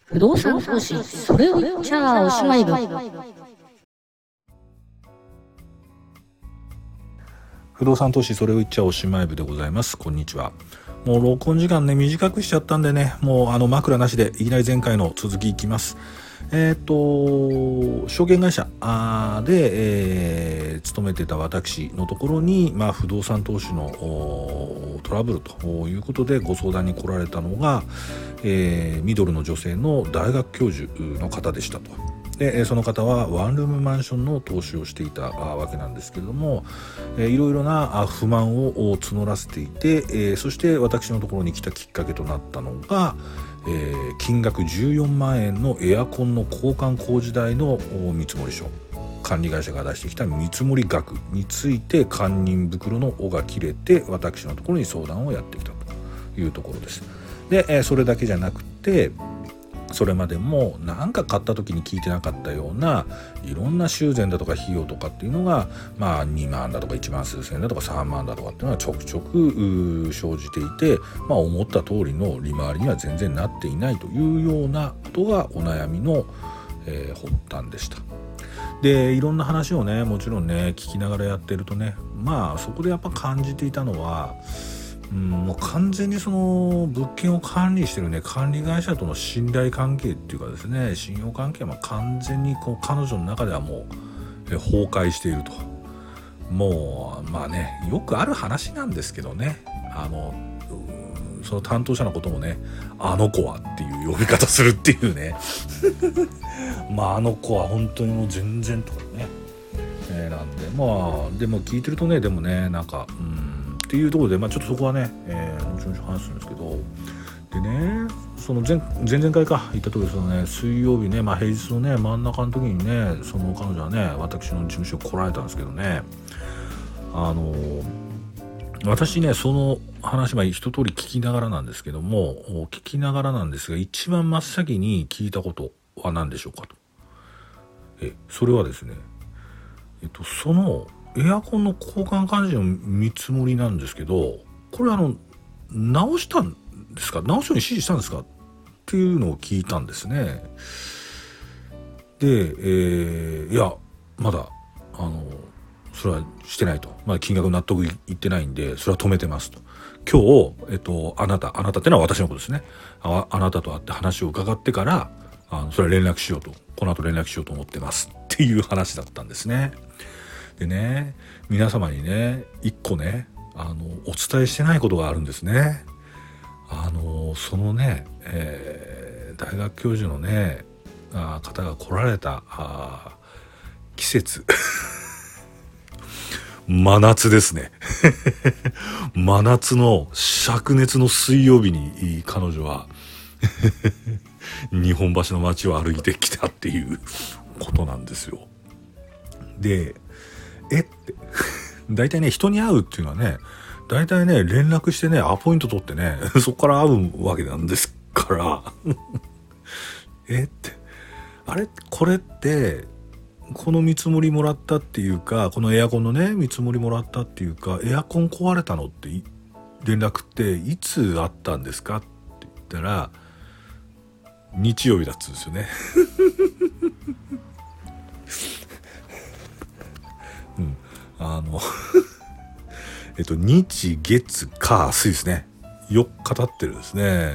不動産投資、それを言っちゃおしまい部。 不動産投資それを言っちゃおしまい部でございます。こんにちは。もう録音時間ね短くしちゃったんでね、もう枕なしでいきなり前回の続きいきます。証券会社で、勤めてた私のところに、不動産投資のトラブルということでご相談に来られたのが、ミドルの女性の大学教授の方でしたと。でその方はワンルームマンションの投資をしていたわけなんですけれども、いろいろな不満を募らせていて、そして私のところに来たきっかけとなったのが、金額14万円のエアコンの交換工事代の見積書、管理会社が出してきた見積額について堪忍袋の緒が切れて私のところに相談をやってきたというところです。で、それだけじゃなくて、それまでも何か買った時に聞いてなかったようないろんな修繕だとか費用とかっていうのが、2万だとか1万数千円だとか3万だとかっていうのはちょくちょく生じていて、思った通りの利回りには全然なっていないというようなことがお悩みの、発端でした。でいろんな話をねもちろんね聞きながらやってるとね、そこでやっぱ感じていたのは、もう完全にその物件を管理してるね管理会社との信頼関係っていうかですね、信用関係は完全に彼女の中ではもう崩壊していると。もうよくある話なんですけどね、その担当者のこともねあの子はっていう呼び方するっていうねあの子は本当にもう全然とかね、なんででも聞いてるとね、でもねっていうところで、ちょっとそこはね、後々話するんですけど、でねその前々回か言った通り、そのね水曜日ね、平日のね真ん中の時にねその彼女はね私の事務所に来られたんですけどね、私ねその話一通り聞きながらなんですけども、聞きながらなんですが一番真っ先に聞いたことは何でしょうかと。それはですね、そのエアコンの交換管理の見積もりなんですけど、これ直したんですか、直すように指示したんですかっていうのを聞いたんですね。で、いやまだそれはしてないと、金額納得いってないんでそれは止めてますと。今日、あなたってのは私のことですね。あなたと会って話を伺ってからそれは連絡しようと、この後連絡しようと思ってますっていう話だったんですね。でね、皆様にね一個ねお伝えしてないことがあるんですね。そのね、大学教授のね方が来られた季節真夏ですね真夏の灼熱の水曜日に彼女は日本橋の街を歩いてきたっていうことなんですよ。でって大体ね人に会うっていうのはね大体ね連絡してねアポイント取ってねそこから会うわけなんですからってこれってこの見積もりもらったっていうか、このエアコンのね見積もりもらったっていうか、エアコン壊れたのって連絡っていつあったんですかって言ったら日曜日だっつうんですよね日月火水ですね、4日経ってるんですね。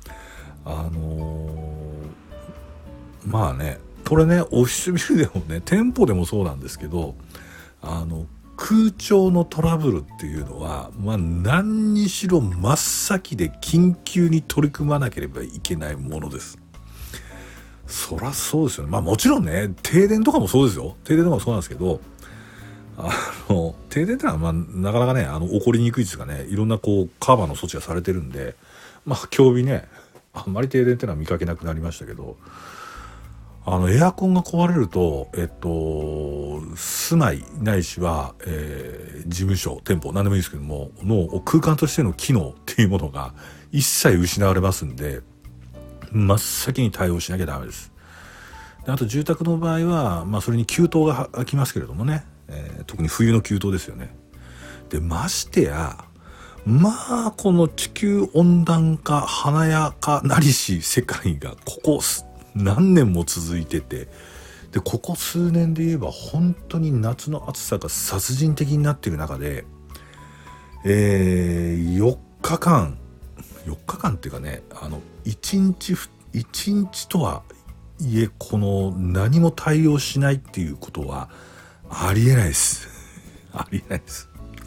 これねオフィスビルでもね店舗でもそうなんですけど、空調のトラブルっていうのは何にしろ真っ先で緊急に取り組まなければいけないものです。そらそうですよね。もちろんね停電とかもそうですよ。停電とかもそうなんですけど、停電ってのはなかなかね起こりにくいですがね、いろんなカバーの措置がされてるんで、今日ねあんまり停電ってのは見かけなくなりましたけど、エアコンが壊れると住まいないしは、事務所店舗何でもいいですけどもの空間としての機能っていうものが一切失われますんで、真っ先に対応しなきゃダメです。であと住宅の場合は、それに給湯が来ますけれどもね、特に冬の給湯ですよね。でましてやまあこの地球温暖化華やかなりし世界がここ何年も続いてて、でここ数年で言えば本当に夏の暑さが殺人的になっている中で、4日間っていうかね、1日とはいえこの何も対応しないっていうことはありえないですありえないです。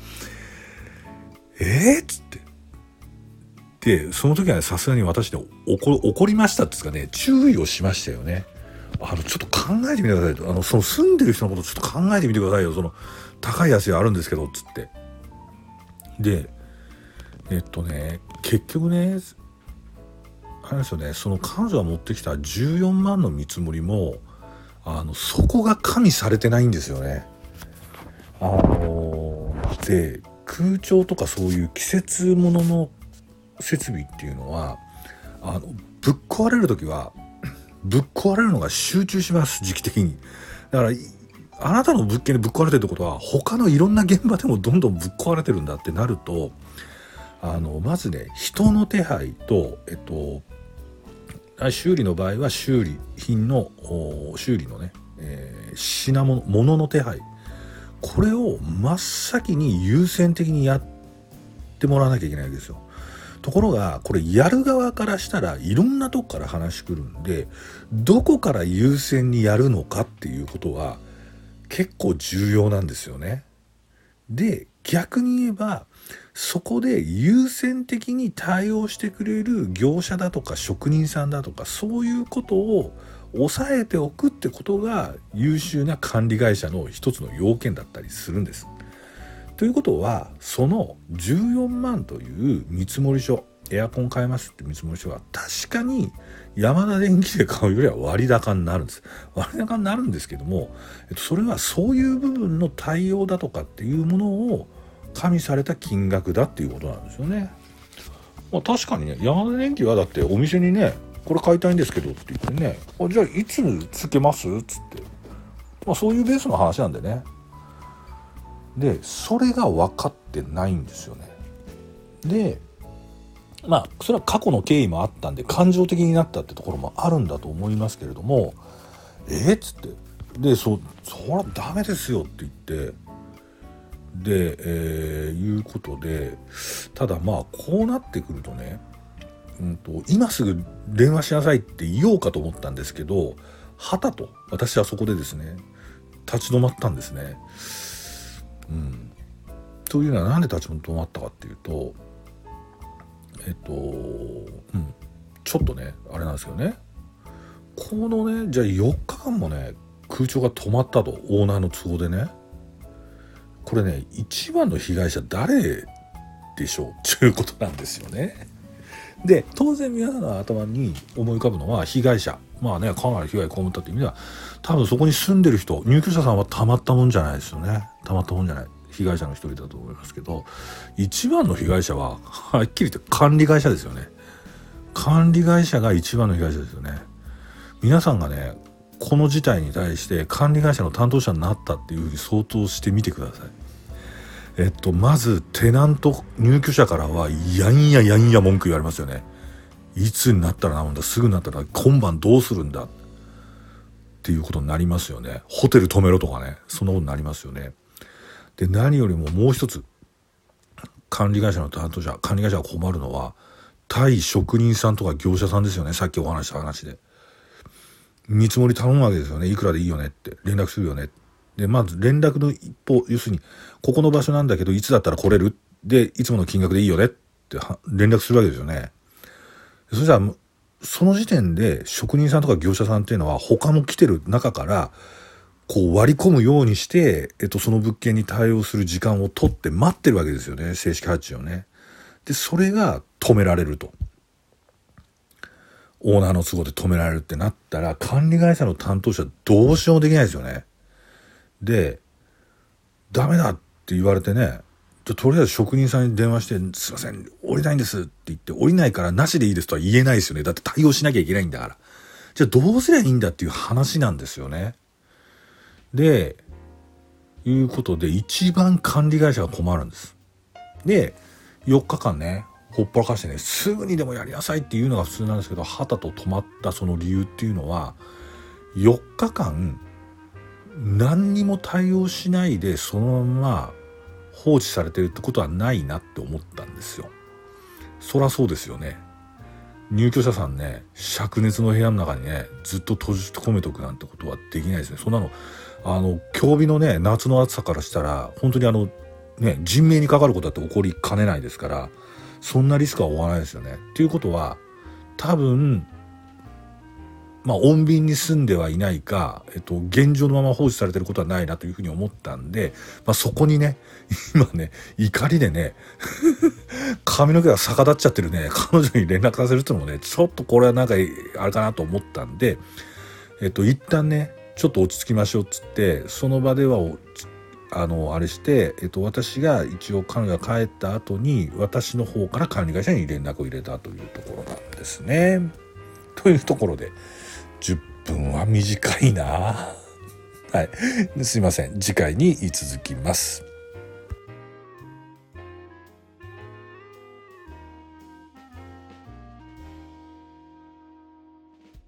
っつってで、その時はさすがに私で怒りましたっていうかね、注意をしましたよね。ちょっと考えてみてくださいと、その住んでる人のことちょっと考えてみてくださいよ、その高い安いあるんですけどつって。で結局ね、あれですよね、その彼女が持ってきた14万の見積もりもそこが加味されてないんですよね。で空調とかそういう季節ものの設備っていうのはぶっ壊れる時はぶっ壊れるのが集中します、時期的に。だからあなたの物件でぶっ壊れてるってことは他のいろんな現場でもどんどんぶっ壊れてるんだってなると、まずね、人の手配と修理の場合は修理品の修理のね、物の手配、これを真っ先に優先的にやってもらわなきゃいけないわけですよ。ところがこれやる側からしたらいろんなとこから話来るんで、どこから優先にやるのかっていうことは結構重要なんですよね。で逆に言えばそこで優先的に対応してくれる業者だとか職人さんだとか、そういうことを抑えておくってことが優秀な管理会社の一つの要件だったりするんです。ということはその14万という見積書、エアコン買えますって見積書は確かにヤマダ電機で買うよりは割高になるんです。割高になるんですけども、それはそういう部分の対応だとかっていうものを加味された金額だっていうことなんですよね。確かにね、ヤマダ電機はだってお店にね、これ買いたいんですけどって言ってね、じゃあいつつけますっつって、そういうベースの話なんでね。でそれが分かってないんですよね。でそれは過去の経緯もあったんで感情的になったってところもあるんだと思いますけれども、っつってでそりゃダメですよって言ってで、いうことで、ただこうなってくるとね、今すぐ電話しなさいって言おうかと思ったんですけど、はたと私はそこでですね立ち止まったんですね。というのはなんで立ち止まったかっていうと、ちょっとねあれなんですよね、このねじゃあ4日間もね空調が止まったと、オーナーの都合でね、これね一番の被害者誰でしょうっていうことなんですよね。で当然皆さんの頭に思い浮かぶのは被害者、かなり被害を被ったという意味では多分そこに住んでる人、入居者さんはたまったもんじゃないですよね。たまったもんじゃない、被害者の一人だと思いますけど、一番の被害者ははっきり言って管理会社ですよね。管理会社が一番の被害者ですよね。皆さんがねこの事態に対して管理会社の担当者になったっていうふうに想像してみてください。まずテナント入居者からはやんや文句言われますよね。いつになったらなんだ、すぐになったら今晩どうするんだっていうことになりますよね。ホテル止めろとかね、そんなことになりますよね。で何よりももう一つ、管理会社の担当者、管理会社が困るのは対職人さんとか業者さんですよね。さっきお話した話で見積もり頼むわけですよね。いくらでいいよねって連絡するよね。でまず連絡の一方、要するにここの場所なんだけどいつだったら来れるで、いつもの金額でいいよねって連絡するわけですよね。そしたらその時点で職人さんとか業者さんっていうのは他も来てる中からこう割り込むようにして、その物件に対応する時間を取って待ってるわけですよね、正式発注をね。でそれが止められると、オーナーの都合で止められるってなったら管理会社の担当者どうしようもできないですよね。でダメだって言われてね、とりあえず職人さんに電話して「すいません降りないんです」って言って、降りないからなしでいいですとは言えないですよね。だって対応しなきゃいけないんだから。じゃあどうすりゃいいんだっていう話なんですよね。でいうことで一番管理会社が困るんです。で 4日間ねほっぽらかしてねすぐにでもやりなさいっていうのが普通なんですけど、はたと止まったその理由っていうのは、4日間何にも対応しないでそのまま放置されてるってことはないなって思ったんですよ。そらそうですよね。入居者さんね、灼熱の部屋の中にねずっと閉じ込めとくなんてことはできないですね。そんなの競技のね夏の暑さからしたら本当にね人命にかかることだって起こりかねないですから、そんなリスクは負わないですよね。っていうことは多分穏便に住んではいないか、現状のまま放置されてることはないなというふうに思ったんで、そこにね今ね怒りでね髪の毛が逆立っちゃってるね彼女に連絡させるっていうのもねちょっとこれはなんかあれかなと思ったんで、一旦ねちょっと落ち着きましょうっつって、その場ではあれして、私が一応彼女が帰った後に私の方から管理会社に連絡を入れたというところなんですね。というところで10分は短いな。はい、すいません。次回に続きます。